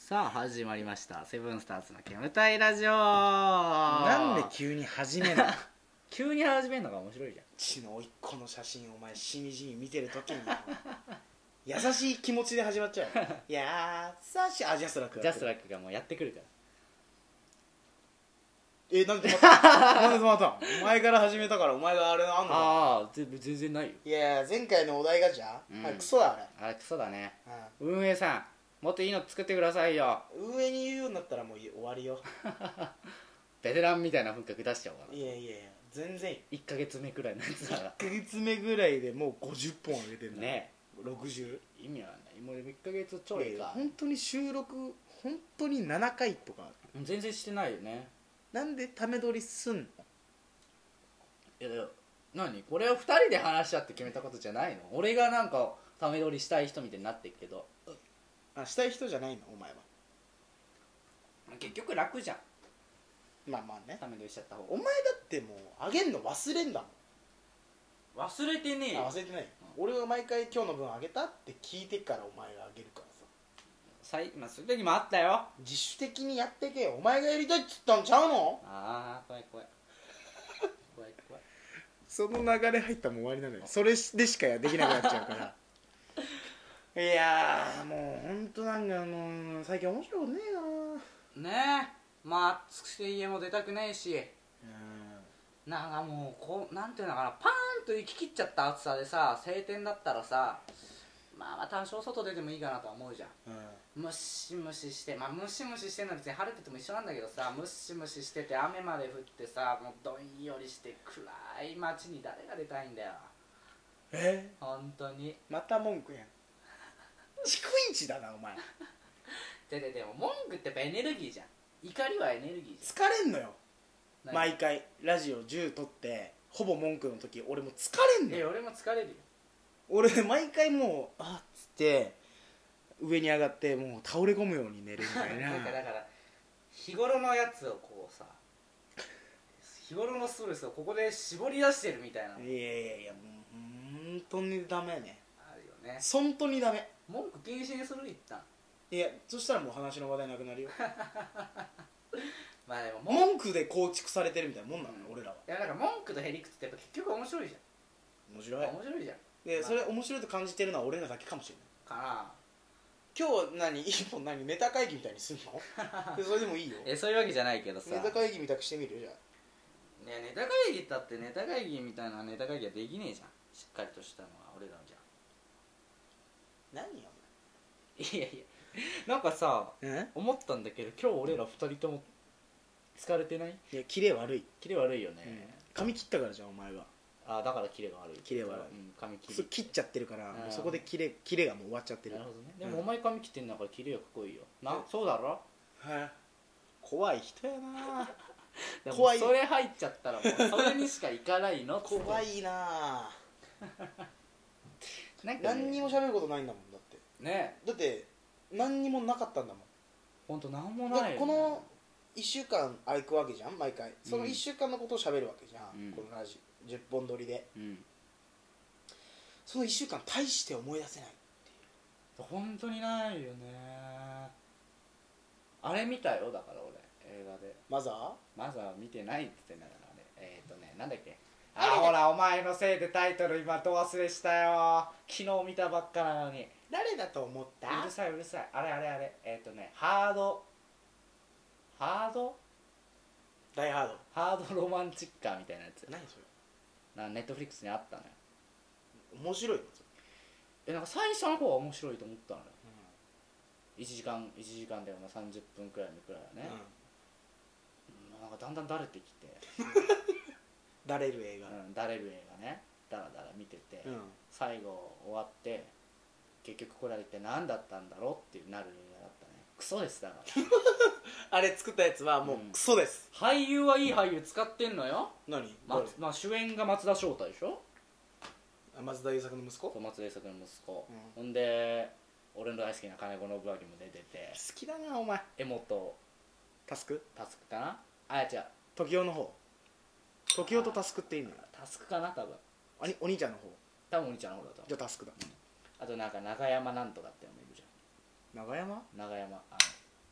さあ始まりましたセブンスターズの煙たいラジオ。 なんで急に始めんの急に始めるのが面白いじゃん。 ちの甥っ子の写真お前しみじみ見てる時に優しい気持ちで始まっちゃういやー優しい。あ、ジャスラックジャスラックがもうやってくるから。 なんで止まったなんで止まったの。お前から始めたからお前があれあんのか。 ああ全然ないよ。 いや前回のお題ガチャ、 うんあれクソだあれクソだね。 あ運営さんもっといいの作ってくださいよ。 れ、運営に言うようになったらもう終わりよベテランみたいな風格出しちゃおうかな。 いや全然いい。 1ヶ月目くらいのやつだから 1ヶ月目ぐらいでもう50本上げてんだね 60。 意味わかんない。もう1ヶ月ちょいか。 本当に収録本当に7回とか全然してないよね。 なんでため撮りすんの。 いや何これを2人で話し合って決めたことじゃないの。俺がなんかため撮りしたい人みたいになってるけど、 あ、したい人じゃないのお前は。 結局楽じゃんまあね。 ため撮りしちゃった方が。 お前だってもうあげんの忘れんだもん。 忘れてねえよ。 忘れてない、俺が毎回今日の分あげたって聞いてからお前があげるからさ。 まあ、そういう時もあったよ。 自主的にやってけよ。お前がやりたいっつったんちゃうの。 ああ怖い怖いその流れ入ったらもう終わりなのよ。それでしかできなくなっちゃうからいやーもうほんとなんか最近面白いことねえな。 ねえ。まあ暑くて家も出たくないし、なんかもうこうなんていうのかな、パーンと行き切っちゃった暑さでさ、晴天だったらさ、まあ多少外出てもいいかなとは思うじゃん。ムシムシして、まあムシムシしてんのは別に晴れてても一緒なんだけどさ、ムシムシしてて雨まで降ってさ、もうどんよりして暗い街に誰が出たいんだよ本当に。 また文句やん逐一だなお前。 でも文句ってやっぱエネルギーじゃん。怒りはエネルギーじ疲れんのよ。 ゃん。 毎回ラジオ10撮ってほぼ文句の時俺も疲れんのよ。 俺も疲れるよ。 俺毎回もうあっつって上に上がってもう倒れ込むように寝るみたいなだから日頃のやつをこうさ、日頃のストレスをここで絞り出してるみたいなのいやもう本当にダメね。 あるよね。 本当にダメ。 文句禁止にする一旦。 いやそしたらもう話の話題なくなるよまあでも文句で構築されてるみたいなもんなのよ、俺らは。 いやなんか文句とへりくつってやっぱ結局面白いじゃん。 面白い。 面白いじゃんで、それ面白いと感じてるのは俺らだけかもしれない。 か今日一本ネタ会議みたいにすんのでそれでもいいよ。 な。そういうわけじゃないけどさ、 ネタ会議みたくしてみるよじゃあ。 ね、ネタ会議だってネタ会議みたいなネタ会議はできねえじゃん。しっかりとしたのは俺らじゃ何よん。いやなんかさお前。 思ったんだけど、今日俺ら2人とも疲れてない？ いやキレ悪い。 キレ悪いよね、 髪切ったからじゃんお前は。 あだからキレが悪い。 キレ悪い。 髪切り切っちゃってるからもうそこでキレがもう終わっちゃってる。 なるほどね。でもお前髪切ってんだからキレがかっこいいよな。そうだろ。 はい。怖い人やなでも怖い。 それ入っちゃったらもうそれにしかいかないの。 怖いななんか、ね、 何にも喋ることないんだもん。だってね、 だって何にもなかったんだもん。 ほんとなんもないよ、ね、 この1週間空くわけじゃん毎回。その1週間のことを喋るわけじゃん、このラジオ10本撮りで、その1週間大して思い出せない。 本当にないよね。あれ見たよだから俺映画で。 マザは見てないって言ってんだからあれ。なんだっけ。ほらお前のせいでタイトル今ど忘れしたよ。昨日見たばっかなのに。 誰だと思った？ うるさい。あれハードダイハードロマンチッカーみたいなやつ。 何それ。 ネットフリックスにあったのよ。 面白いのそれ。 なんか最初の方は面白いと思ったのよ、1時間でも30分くらいはね、なんかだんだんだれてきてだれる映画、 だれる映画ね。だらだら見てて、最後終わって結局これは一体何だったんだろうってなる映画だったね。クソですだからあれ作ったやつはもうクソです、 俳優はいい俳優使ってんのよ。 何、 主演が松田翔太でしょ。 松田優作の息子。 松田優作の息子、ほんで俺の大好きな金子信明も出てて。 好きだなお前。 柄本タスクかな。あ違う、 時代の方。時代とタスクっていいのよ。 タスクかな多分。 お兄ちゃんの方。 多分お兄ちゃんの方だと。 じゃあタスクだ、 あとなんか長山なんとかってのもいるじゃん。 長山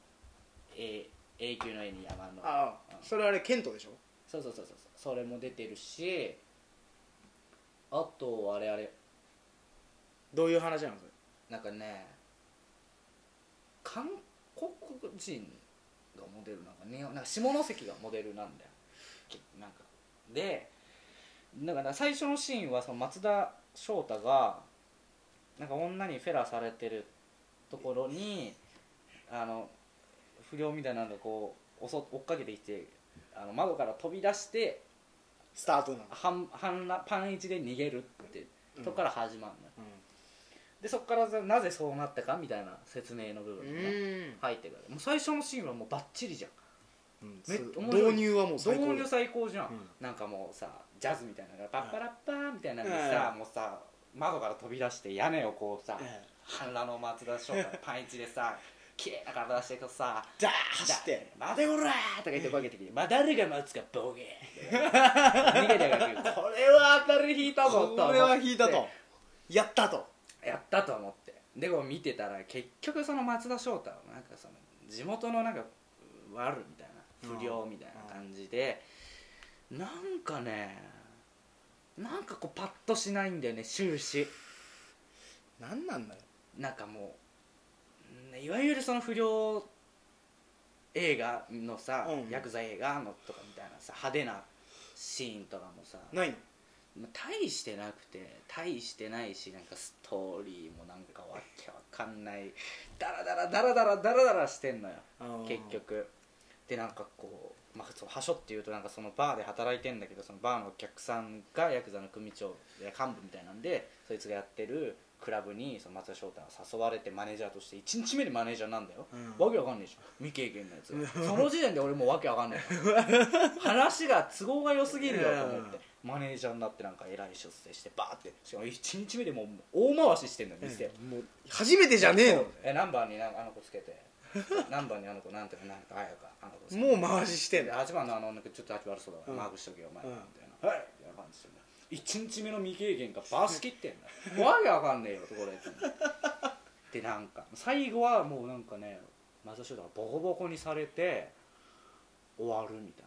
永久の A に山の、 ああ、それあれケントでしょ。 そうそれも出てるし、あとあれどういう話なのそれ。 なんかね、韓国人がモデルなんかね、なんか下関がモデルなんだよ。なんかで、だから最初のシーンはその松田翔太がなんか女にフェラされてるところに不良みたいなのがこう追っかけてきて、窓から飛び出してスタートなの。 パンイチで逃げるってとこから始まるのよ、 うんでそこからなぜそうなったかみたいな説明の部分がね入ってくる。もう最初のシーンはもうバッチリじゃん、 導入はもう最高。 導入最高じゃん、 うんなんかもうさジャズみたいなのがパッパラッパーみたいなのでさ、もうさ窓から飛び出して屋根をこうさ、半裸の松田翔太パンイチでさ綺麗な体してさザー走って待てこらーとか言ってかけてきて、まあ誰が待つかボケー逃げてがける。これは当たり引いたぞと思って、 これは引いたと、やったと思って、でも見てたら結局その松田翔太はなんかその地元のなんか悪みたいな不良みたいな感じで、なんかね、なんかこうパッとしないんだよね終始。 なんなんだよ。 なんかもういわゆるその不良映画のさ、ヤクザ映画のとかみたいなさ派手なシーンとかもさないの。 大してなくて、大してないし、なんかストーリーもなんかわけわかんないダラダラしてんのよ結局で。なんかこう、まあ、そのはしょっていうとなんかそのバーで働いてんだけど、そのバーのお客さんがヤクザの組長で幹部みたいなんで、そいつがやってるクラブにその松田翔太が誘われてマネージャーとして1日目でマネージャーなんだよ、わけわかんないでしょ未経験のやつがその時点で俺もうわけわかんない話が都合が良すぎるよと思ってマネージャーになってなんか偉い出世してバーってしかも1日目でもう大回ししてんのよ店、 もう初めてじゃねえの。 ナンバーにあの子つけてナンバーにあの子なんていうのなんかあやかあの子もう回ししてんだ。 8番のなんかちょっと悪そうだからマークしとけよお前みたいな、はいみたいな感じで1日目の未経験がバース切ってんだわけわかんねえよとこれで、なんか最後はもうなんかね松田翔太がボコボコにされて終わるみたい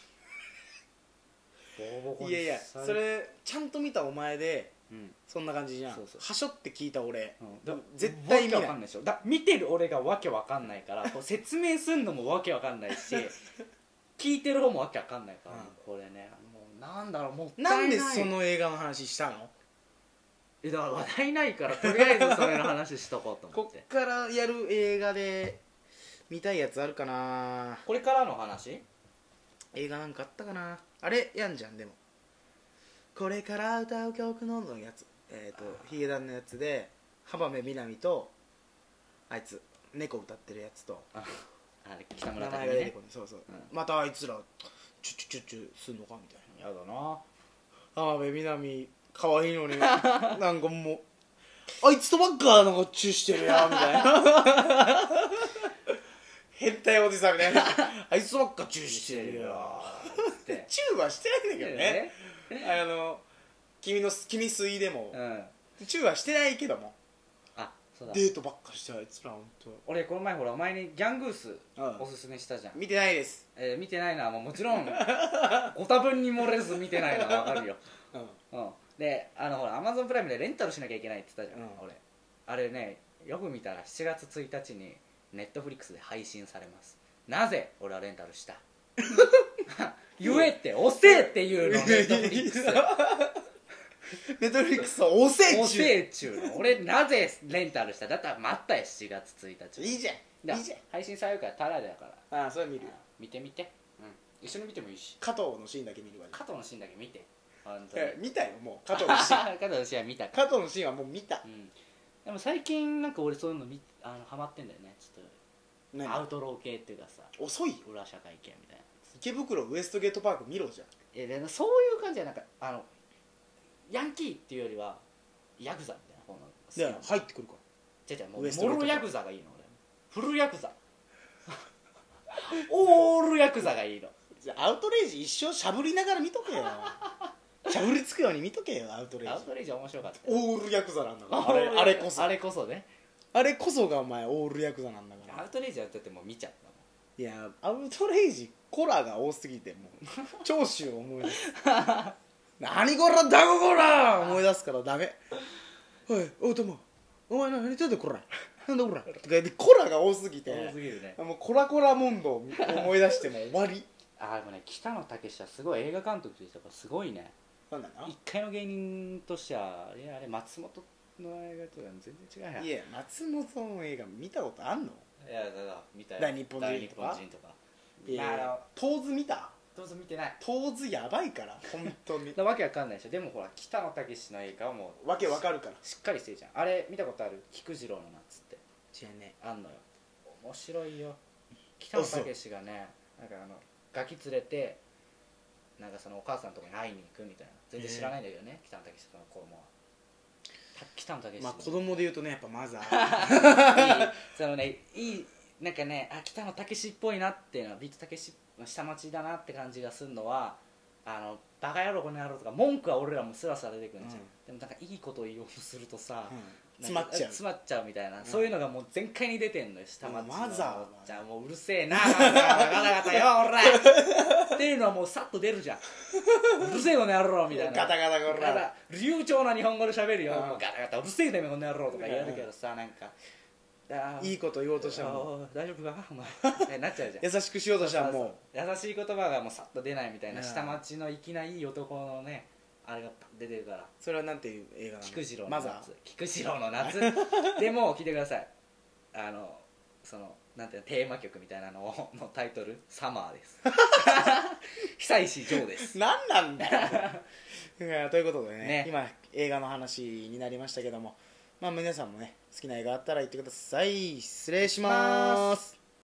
な。ボコボコにされいやいや、それちゃんと見たお前でうんそんな感じじゃん。 そうそうはしょって聞いた俺、 だ絶対見ない。 わけわかんないでしょ。見てる俺がわけわかんないからこう説明すんのもわけわかんないし聞いてる方もわけわかんないから、これねもうなんだろうもったいな。 ないんでその映画の話したの。 だから話題ないからとりあえずそれの話しとこうと思ってこっからやる映画で見たいやつあるかな。 これからの話映画なんかあったかな。あれやんじゃん。でもこれから歌う曲のやつ、ヒゲダンのやつで浜辺美波とあいつ猫歌ってるやつとあれ北村名匠海ね前が出てこない。そうそう、またあいつらチュすんのかみたいな。 やだな浜辺美波可愛いのになんかもうあいつとばっかなんかチューしてるやんみたいな変態おじさんみたいなあいつとばっかチューしてるよってチューはしてないんだけどね君水でも、チューはしてないけどもあそうだデートばっかしてあいつら本当。 俺この前ほらお前にギャングースおすすめしたじゃん、 見てないです。 見てないのはもちろんご多分に漏れず見てないのは分かるよ、でほら Amazon プライムでレンタルしなきゃいけないって言ったじゃん、俺あれねよく見たら7月1日に Netflix で配信されます。なぜ俺はレンタルした言えって押せっていうのNetflix ネットフリックスは押せ押せっちゅうの。俺なぜレンタルしただったら待ったよ7月1日いいじゃんいいじゃん。 配信されるからタダだからそれ見るよ。 見てみて、一緒に見てもいいし加藤のシーンだけ見るわ。 加藤のシーンだけ見て本当に見たよもう加藤のシーン加藤のシーンは見た加藤のシーンはもう見た。 でも最近なんか俺そういうのハマってんだよね。ちょっとアウトロー系っていうかさ遅い裏社会系みたいな。 池袋ウエストゲートパーク見ろじゃん。 でそういう感じじゃなんかヤンキーっていうよりはヤクザみたいな方の好きなの。 入ってくるかじゃもウエストゲートうモロヤクザがいいの俺。フルヤクザオールヤクザがいいの。 じゃあアウトレイジ一生しゃぶりながら見とけよしゃぶりつくように見とけよアウトレイジ。 アウトレイジ面白かった。 オールヤクザなんだからあれこそね。 あれこそがお前オールヤクザなんだから。 アウトレイジはだってもう見ちゃったいやアウトレイジコラが多すぎてもう長州を思い出す何こらダゴコラ思い出すからダメ。おいおともお前何言ってんだコラなんだコラとか言ってコラが多すぎて多すぎるね。 もうコラコラモンドを思い出しても終わりでもね北野武はすごい映画監督としてはすごいね。 なんだな。 一回の芸人としてはあれ松本の映画とは全然違うやん。 いや松本の映画見たことあんの。 いやだから見たよ。 大日本人とかいやトーズ見た。 どうぞ見てない。 トーズやばいから本当にわけわかんないでしょ。でもほら北野武の映画はもうわけわかるから。 しっかりしてるじゃん。あれ見たことある？菊次郎の夏って違うね。 あんのよ。面白いよ。北野武がねなんかガキ連れてなんかそのお母さんのとこに会いに行くみたいな。全然知らないんだけどね、北野武その子供は。北野武まあ子供で言うとねやっぱマザーそのねいいなんかね北野武っぽいなっていうのはビートたけしの下町だなって感じがするのはバカ野郎この野郎とか文句は俺らもスラスラ出てくるんですよ、でもなんかいいことを言おうとするとさ、 詰まっちゃうみたいな、そういうのがもう全開に出てんのよ下町のマザーはじゃあもううるせえなガタガタよおらっていうのはもうさっと出るじゃんうるせえこの野郎みたいなガタガタこら流暢な日本語で喋るよ、もうガタガタうるせえだよこの野郎とか言われるけどさ、なんかいいこと言おうとしたらもう大丈夫かお前なっちゃうじゃん優しくしようとしたらもう優しい言葉がもうさっと出ないみたいな、下町の粋ないい男のねあれが出てるから。 それはなんていう映画なの。 菊次郎のマザ夏。菊次郎の夏でも聞いてください。そのなんていうのテーマ曲みたいなののタイトルサマーです久石譲です何なんだよということでね今映画の話になりましたけども、まあ皆さんもね好きな映画あったら言ってください。失礼します。